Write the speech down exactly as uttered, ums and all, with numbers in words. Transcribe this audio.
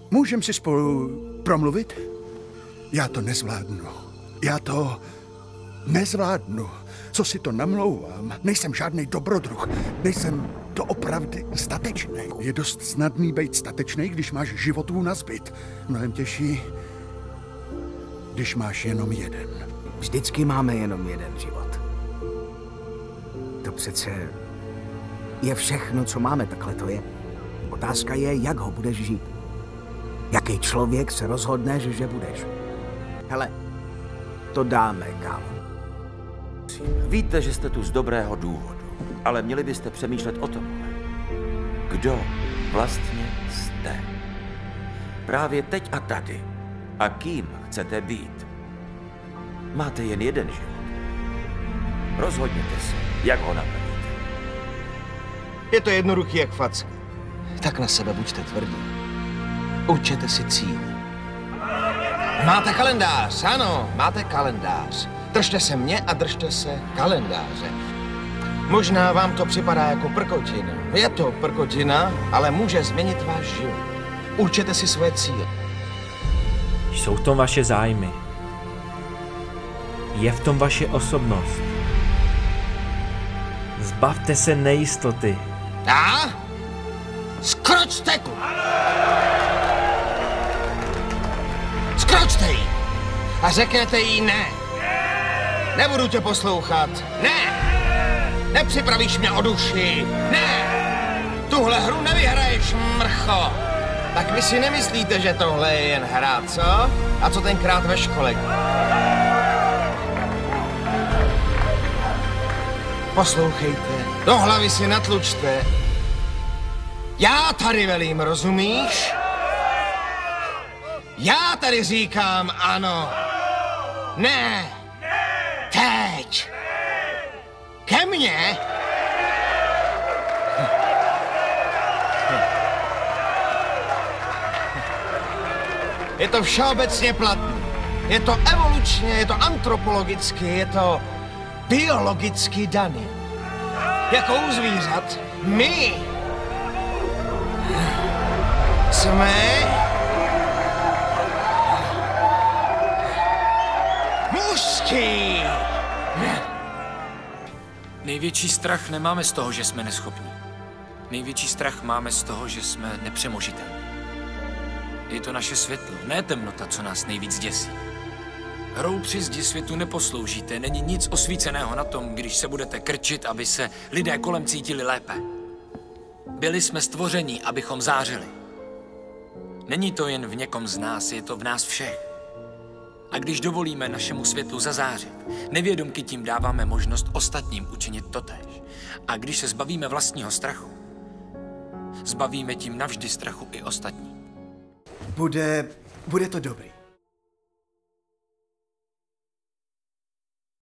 Můžeme si spolu promluvit? Já to nezvládnu. Já to nezvládnu. Co si to namlouvám? Nejsem žádný dobrodruh. Nejsem doopravdy statečný. Je dost snadný být statečný, když máš životů nazbyt. Mnohem těžší, když máš jenom jeden. Vždycky máme jenom jeden život. To přece je všechno, co máme, takhle to je. Otázka je, jak ho budeš žít. Jaký člověk se rozhodneš, že budeš. Hele, to dáme, kámo. Víte, že jste tu z dobrého důvodu, ale měli byste přemýšlet o tom, kdo vlastně jste. Právě teď a tady. A kým chcete být. Máte jen jeden život. Rozhodněte se, jak ho naplníte. Je to jednoduchý jak facka. Tak na sebe buďte tvrdí. Určete si cíl. Máte kalendář, ano, máte kalendář. Držte se mě a držte se kalendáře. Možná vám to připadá jako prkotina. Je to prkotina, ale může změnit váš život. Určete si svoje cíle. Jsou v tom vaše zájmy. Je v tom vaše osobnost. Zbavte se nejistoty. A? Skročte ku! Skročte jí! A řekněte jí ne! Nebudu tě poslouchat! Ne! Nepřipravíš mě o duši! Ne! Tuhle hru nevyhraješ, mrcho! Tak vy si nemyslíte, že tohle je jen hra, co? A co tenkrát ve škole? Poslouchejte, do hlavy si natlučte. Já tady velím, rozumíš? Já tady říkám ano. Ne. Teď. Ke mně? Je to všeobecně platné. Je to evolučně, je to antropologicky, je to biologicky daný. Jako u zvířat, my jsme mužský. Největší strach nemáme z toho, že jsme neschopní. Největší strach máme z toho, že jsme nepřemožitelní. Je to naše světlo, ne temnota, co nás nejvíc děsí. Hrou při zdi světu neposloužíte, není nic osvíceného na tom, když se budete krčit, aby se lidé kolem cítili lépe. Byli jsme stvoření, abychom zářili. Není to jen v někom z nás, je to v nás všech. A když dovolíme našemu světlu zazářit, nevědomky tím dáváme možnost ostatním učinit totéž. A když se zbavíme vlastního strachu, zbavíme tím navždy strachu i ostatní. Bude, bude to dobrý.